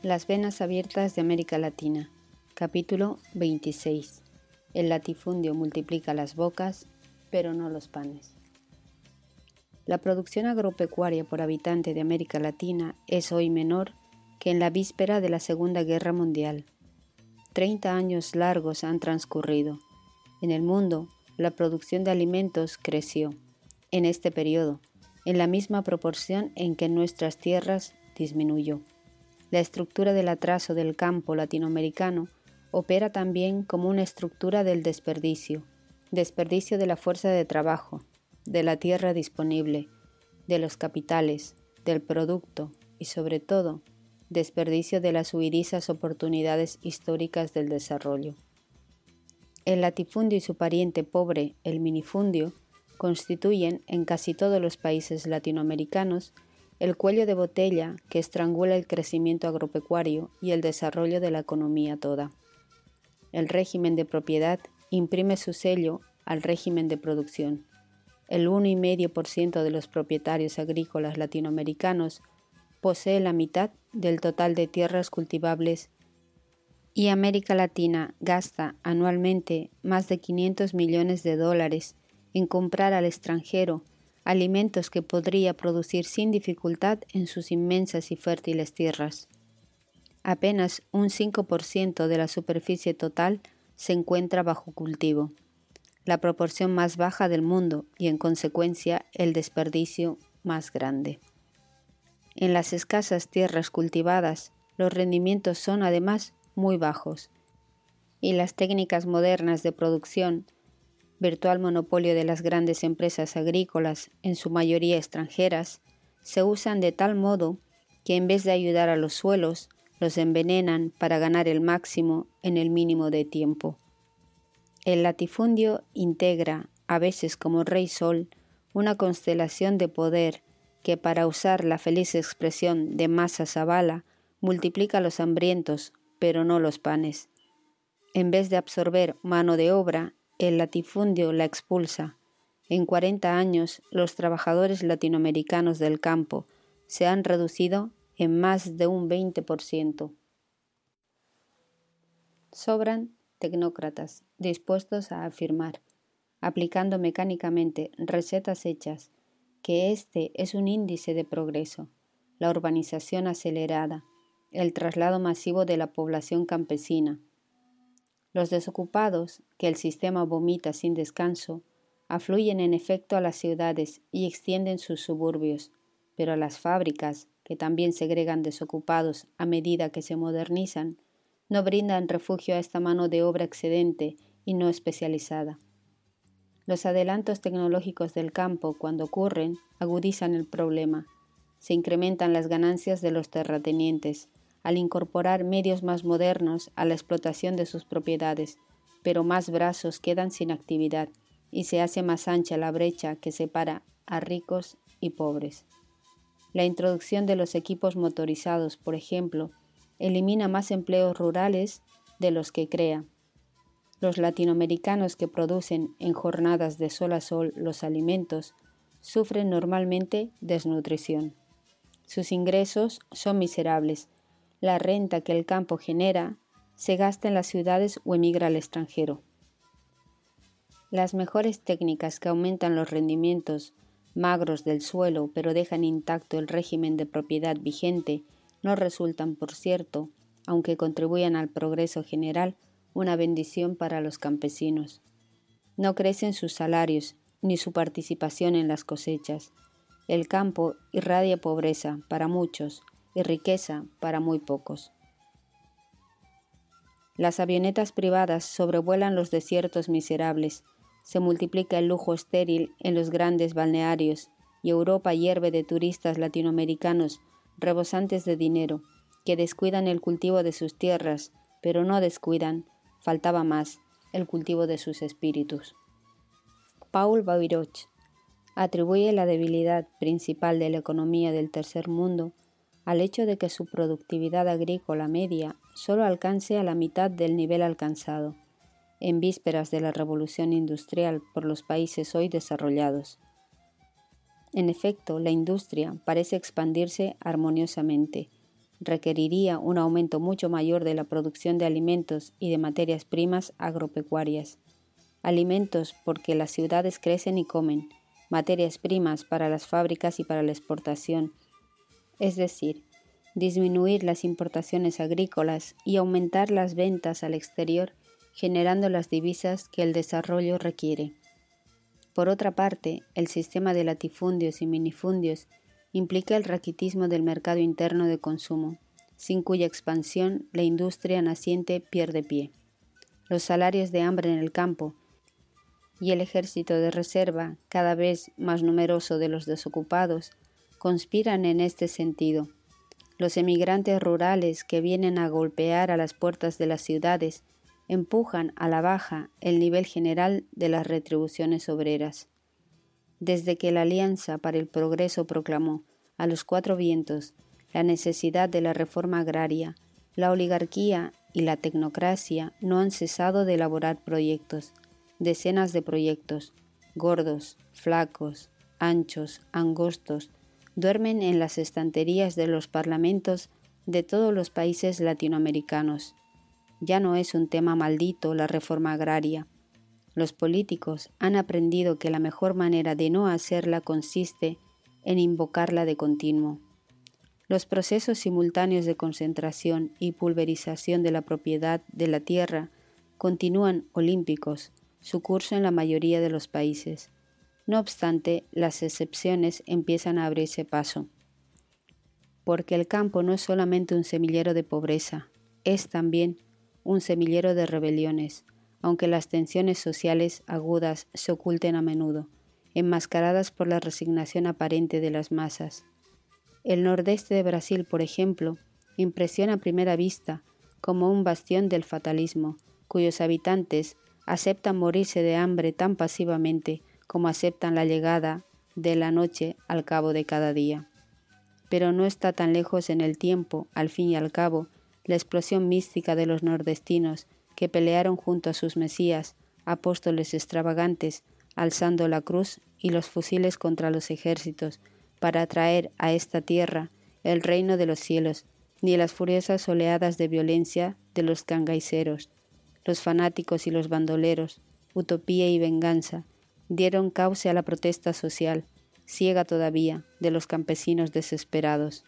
Las venas abiertas de América Latina. Capítulo 26. El latifundio multiplica las bocas, pero no los panes. La producción agropecuaria por habitante de América Latina es hoy menor que en la víspera de la Segunda Guerra Mundial. 30 años largos han transcurrido. En el mundo, la producción de alimentos creció, en este periodo, en la misma proporción en que en nuestras tierras disminuyó. La estructura del atraso del campo latinoamericano opera también como una estructura del desperdicio de la fuerza de trabajo, de la tierra disponible, de los capitales, del producto y, sobre todo, desperdicio de las huidizas oportunidades históricas del desarrollo. El latifundio y su pariente pobre, el minifundio, constituyen en casi todos los países latinoamericanos el cuello de botella que estrangula el crecimiento agropecuario y el desarrollo de la economía toda. El régimen de propiedad imprime su sello al régimen de producción. El 1,5% de los propietarios agrícolas latinoamericanos posee la mitad del total de tierras cultivables y América Latina gasta anualmente más de $500 millones en comprar al extranjero alimentos que podría producir sin dificultad en sus inmensas y fértiles tierras. Apenas un 5% de la superficie total se encuentra bajo cultivo, la proporción más baja del mundo y en consecuencia el desperdicio más grande. En las escasas tierras cultivadas, los rendimientos son además muy bajos y las técnicas modernas de producción, virtual monopolio de las grandes empresas agrícolas, en su mayoría extranjeras, se usan de tal modo que en vez de ayudar a los suelos, los envenenan para ganar el máximo en el mínimo de tiempo. El latifundio integra, a veces como rey sol, una constelación de poder que, para usar la feliz expresión de Massa Zavala, multiplica los hambrientos, pero no los panes. En vez de absorber mano de obra, el latifundio la expulsa. En 40 años, los trabajadores latinoamericanos del campo se han reducido en más de un 20%. Sobran tecnócratas dispuestos a afirmar, aplicando mecánicamente recetas hechas, que este es un índice de progreso, la urbanización acelerada, el traslado masivo de la población campesina. Los desocupados, que el sistema vomita sin descanso, afluyen en efecto a las ciudades y extienden sus suburbios, pero las fábricas, que también segregan desocupados a medida que se modernizan, no brindan refugio a esta mano de obra excedente y no especializada. Los adelantos tecnológicos del campo, cuando ocurren, agudizan el problema. Se incrementan las ganancias de los terratenientes al incorporar medios más modernos a la explotación de sus propiedades, pero más brazos quedan sin actividad y se hace más ancha la brecha que separa a ricos y pobres. La introducción de los equipos motorizados, por ejemplo, elimina más empleos rurales de los que crea. Los latinoamericanos que producen en jornadas de sol a sol los alimentos sufren normalmente desnutrición. Sus ingresos son miserables. La renta que el campo genera se gasta en las ciudades o emigra al extranjero. Las mejores técnicas que aumentan los rendimientos magros del suelo pero dejan intacto el régimen de propiedad vigente no resultan, por cierto, aunque contribuyan al progreso general, una bendición para los campesinos. No crecen sus salarios ni su participación en las cosechas. El campo irradia pobreza para muchos y riqueza para muy pocos. Las avionetas privadas sobrevuelan los desiertos miserables, se multiplica el lujo estéril en los grandes balnearios y Europa hierve de turistas latinoamericanos rebosantes de dinero, que descuidan el cultivo de sus tierras, pero no descuidan, faltaba más, el cultivo de sus espíritus. Paul Bauiroch atribuye la debilidad principal de la economía del tercer mundo al hecho de que su productividad agrícola media solo alcance a la mitad del nivel alcanzado en vísperas de la revolución industrial por los países hoy desarrollados. En efecto, la industria parece expandirse armoniosamente, requeriría un aumento mucho mayor de la producción de alimentos y de materias primas agropecuarias. Alimentos porque las ciudades crecen y comen, materias primas para las fábricas y para la exportación, es decir, disminuir las importaciones agrícolas y aumentar las ventas al exterior, generando las divisas que el desarrollo requiere. Por otra parte, el sistema de latifundios y minifundios implica el raquitismo del mercado interno de consumo, sin cuya expansión la industria naciente pierde pie. Los salarios de hambre en el campo y el ejército de reserva, cada vez más numeroso de los desocupados, conspiran en este sentido. Los emigrantes rurales que vienen a golpear a las puertas de las ciudades empujan a la baja el nivel general de las retribuciones obreras. Desde que la Alianza para el Progreso proclamó a los cuatro vientos la necesidad de la reforma agraria, la oligarquía y la tecnocracia no han cesado de elaborar proyectos, decenas de proyectos, gordos, flacos, anchos, angostos, duermen en las estanterías de los parlamentos de todos los países latinoamericanos. Ya no es un tema maldito la reforma agraria. Los políticos han aprendido que la mejor manera de no hacerla consiste en invocarla de continuo. Los procesos simultáneos de concentración y pulverización de la propiedad de la tierra continúan olímpicos su curso en la mayoría de los países. No obstante, las excepciones empiezan a abrirse paso. Porque el campo no es solamente un semillero de pobreza, es también un semillero de rebeliones, aunque las tensiones sociales agudas se oculten a menudo, enmascaradas por la resignación aparente de las masas. El nordeste de Brasil, por ejemplo, impresiona a primera vista como un bastión del fatalismo, cuyos habitantes aceptan morirse de hambre tan pasivamente como aceptan la llegada de la noche al cabo de cada día. Pero no está tan lejos en el tiempo, al fin y al cabo, la explosión mística de los nordestinos que pelearon junto a sus mesías, apóstoles extravagantes, alzando la cruz y los fusiles contra los ejércitos, para traer a esta tierra el reino de los cielos, ni las furiosas oleadas de violencia de los cangaiceros, los fanáticos y los bandoleros, utopía y venganza, dieron cauce a la protesta social, ciega todavía, de los campesinos desesperados.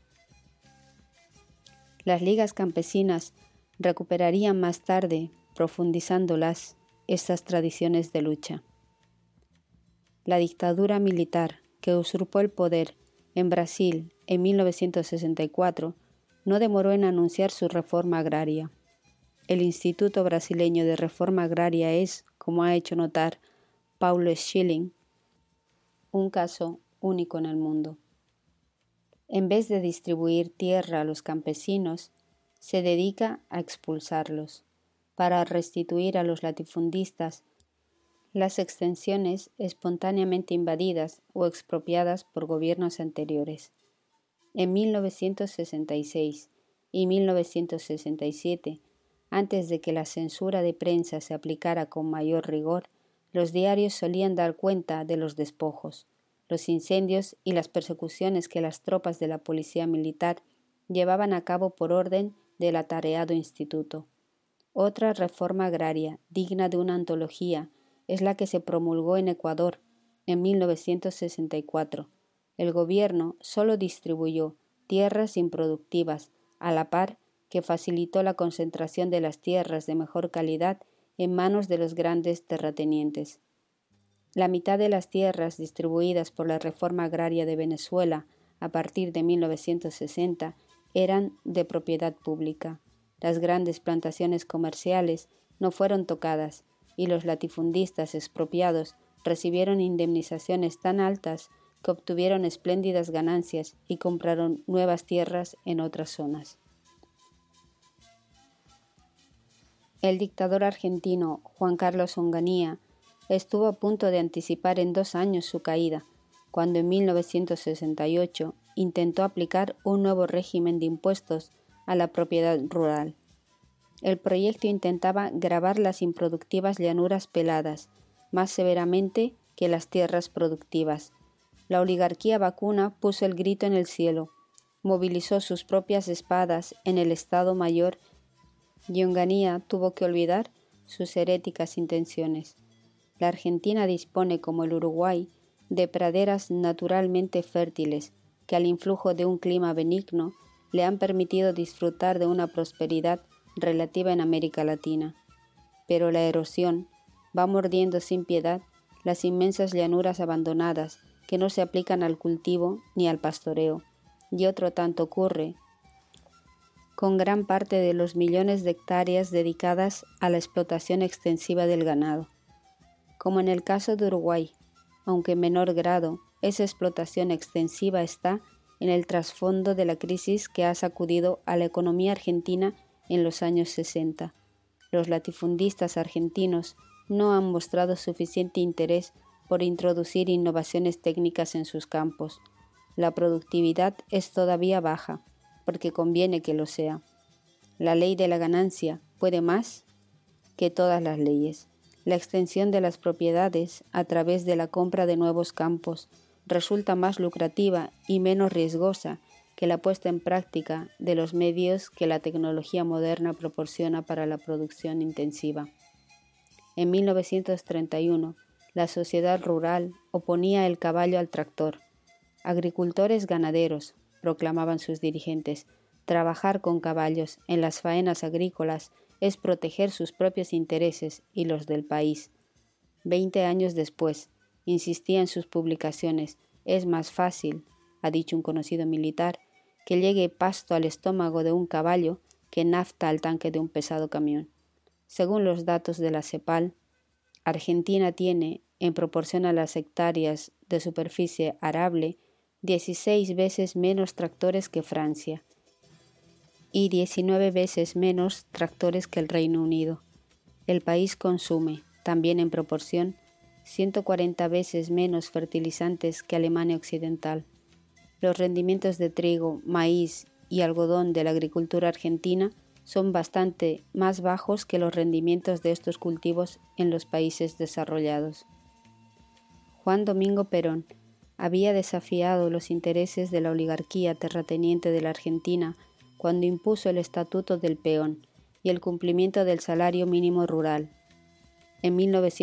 Las ligas campesinas recuperarían más tarde, profundizándolas, estas tradiciones de lucha. La dictadura militar que usurpó el poder en Brasil en 1964 no demoró en anunciar su reforma agraria. El Instituto Brasileño de Reforma Agraria es, como ha hecho notar Paulo Schilling, un caso único en el mundo. En vez de distribuir tierra a los campesinos, se dedica a expulsarlos, para restituir a los latifundistas las extensiones espontáneamente invadidas o expropiadas por gobiernos anteriores. En 1966 y 1967, antes de que la censura de prensa se aplicara con mayor rigor, los diarios solían dar cuenta de los despojos, los incendios y las persecuciones que las tropas de la policía militar llevaban a cabo por orden del atareado instituto. Otra reforma agraria, digna de una antología, es la que se promulgó en Ecuador en 1964. El gobierno solo distribuyó tierras improductivas, a la par que facilitó la concentración de las tierras de mejor calidad en manos de los grandes terratenientes. La mitad de las tierras distribuidas por la reforma agraria de Venezuela a partir de 1960 eran de propiedad pública. Las grandes plantaciones comerciales no fueron tocadas y los latifundistas expropiados recibieron indemnizaciones tan altas que obtuvieron espléndidas ganancias y compraron nuevas tierras en otras zonas. El dictador argentino Juan Carlos Onganía estuvo a punto de anticipar en 2 años su caída, cuando en 1968 intentó aplicar un nuevo régimen de impuestos a la propiedad rural. El proyecto intentaba gravar las improductivas llanuras peladas más severamente que las tierras productivas. La oligarquía vacuna puso el grito en el cielo. movilizó sus propias espadas en el Estado Mayor y Onganía tuvo que olvidar sus heréticas intenciones. La Argentina dispone, como el Uruguay, de praderas naturalmente fértiles que al influjo de un clima benigno le han permitido disfrutar de una prosperidad relativa en América Latina. Pero la erosión va mordiendo sin piedad las inmensas llanuras abandonadas que no se aplican al cultivo ni al pastoreo, y otro tanto ocurre con gran parte de los millones de hectáreas dedicadas a la explotación extensiva del ganado. Como en el caso de Uruguay, aunque en menor grado, esa explotación extensiva está en el trasfondo de la crisis que ha sacudido a la economía argentina en los años 60. Los latifundistas argentinos no han mostrado suficiente interés por introducir innovaciones técnicas en sus campos. La productividad es todavía baja, porque conviene que lo sea. La ley de la ganancia puede más que todas las leyes. La extensión de las propiedades a través de la compra de nuevos campos resulta más lucrativa y menos riesgosa que la puesta en práctica de los medios que la tecnología moderna proporciona para la producción intensiva. En 1931, la sociedad rural oponía el caballo al tractor. Agricultores ganaderos, proclamaban sus dirigentes, trabajar con caballos en las faenas agrícolas es proteger sus propios intereses y los del país. 20 años después, insistía en sus publicaciones, es más fácil, ha dicho un conocido militar, que llegue pasto al estómago de un caballo que nafta al tanque de un pesado camión. Según los datos de la CEPAL, Argentina tiene, en proporción a las hectáreas de superficie arable, 16 veces menos tractores que Francia y 19 veces menos tractores que el Reino Unido. El país consume, también en proporción, 140 veces menos fertilizantes que Alemania Occidental. Los rendimientos de trigo, maíz y algodón de la agricultura argentina son bastante más bajos que los rendimientos de estos cultivos en los países desarrollados. Juan Domingo Perón había desafiado los intereses de la oligarquía terrateniente de la Argentina cuando impuso el Estatuto del Peón y el cumplimiento del salario mínimo rural. En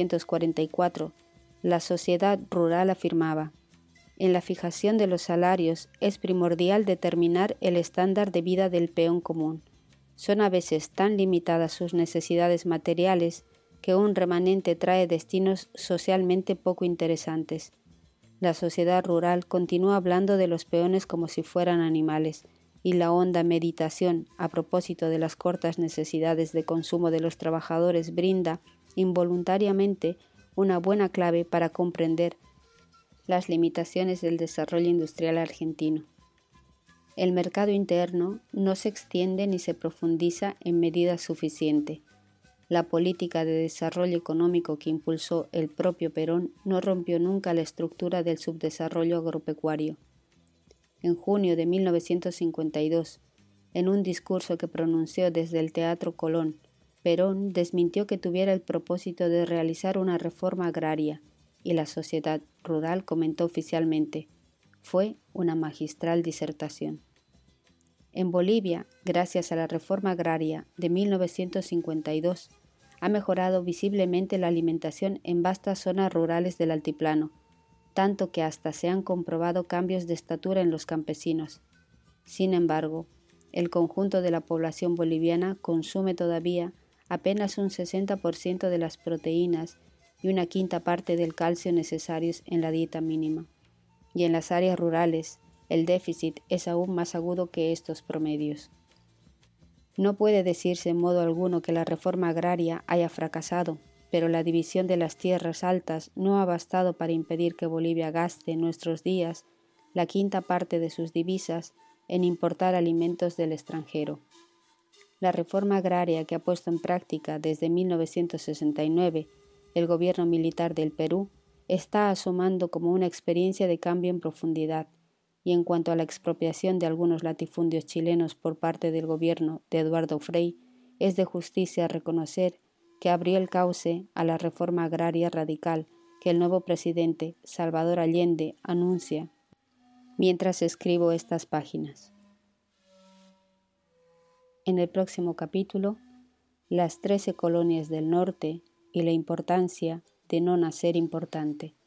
1944, la sociedad rural afirmaba: en la fijación de los salarios es primordial determinar el estándar de vida del peón común. Son a veces tan limitadas sus necesidades materiales que un remanente trae destinos socialmente poco interesantes. La sociedad rural continúa hablando de los peones como si fueran animales, y la honda meditación a propósito de las cortas necesidades de consumo de los trabajadores brinda involuntariamente una buena clave para comprender las limitaciones del desarrollo industrial argentino. El mercado interno no se extiende ni se profundiza en medida suficiente. La política de desarrollo económico que impulsó el propio Perón no rompió nunca la estructura del subdesarrollo agropecuario. En junio de 1952, en un discurso que pronunció desde el Teatro Colón, Perón desmintió que tuviera el propósito de realizar una reforma agraria, y la sociedad rural comentó oficialmente: fue una magistral disertación. En Bolivia, gracias a la reforma agraria de 1952, ha mejorado visiblemente la alimentación en vastas zonas rurales del altiplano, tanto que hasta se han comprobado cambios de estatura en los campesinos. Sin embargo, el conjunto de la población boliviana consume todavía apenas un 60% de las proteínas y una quinta parte del calcio necesarios en la dieta mínima. Y en las áreas rurales, el déficit es aún más agudo que estos promedios. No puede decirse en modo alguno que la reforma agraria haya fracasado, pero la división de las tierras altas no ha bastado para impedir que Bolivia gaste en nuestros días la quinta parte de sus divisas en importar alimentos del extranjero. La reforma agraria que ha puesto en práctica desde 1969 el gobierno militar del Perú está asomando como una experiencia de cambio en profundidad, y en cuanto a la expropiación de algunos latifundios chilenos por parte del gobierno de Eduardo Frei, es de justicia reconocer que abrió el cauce a la reforma agraria radical que el nuevo presidente Salvador Allende anuncia mientras escribo estas páginas. En el próximo capítulo, las 13 colonias del norte y la importancia de no nacer importante.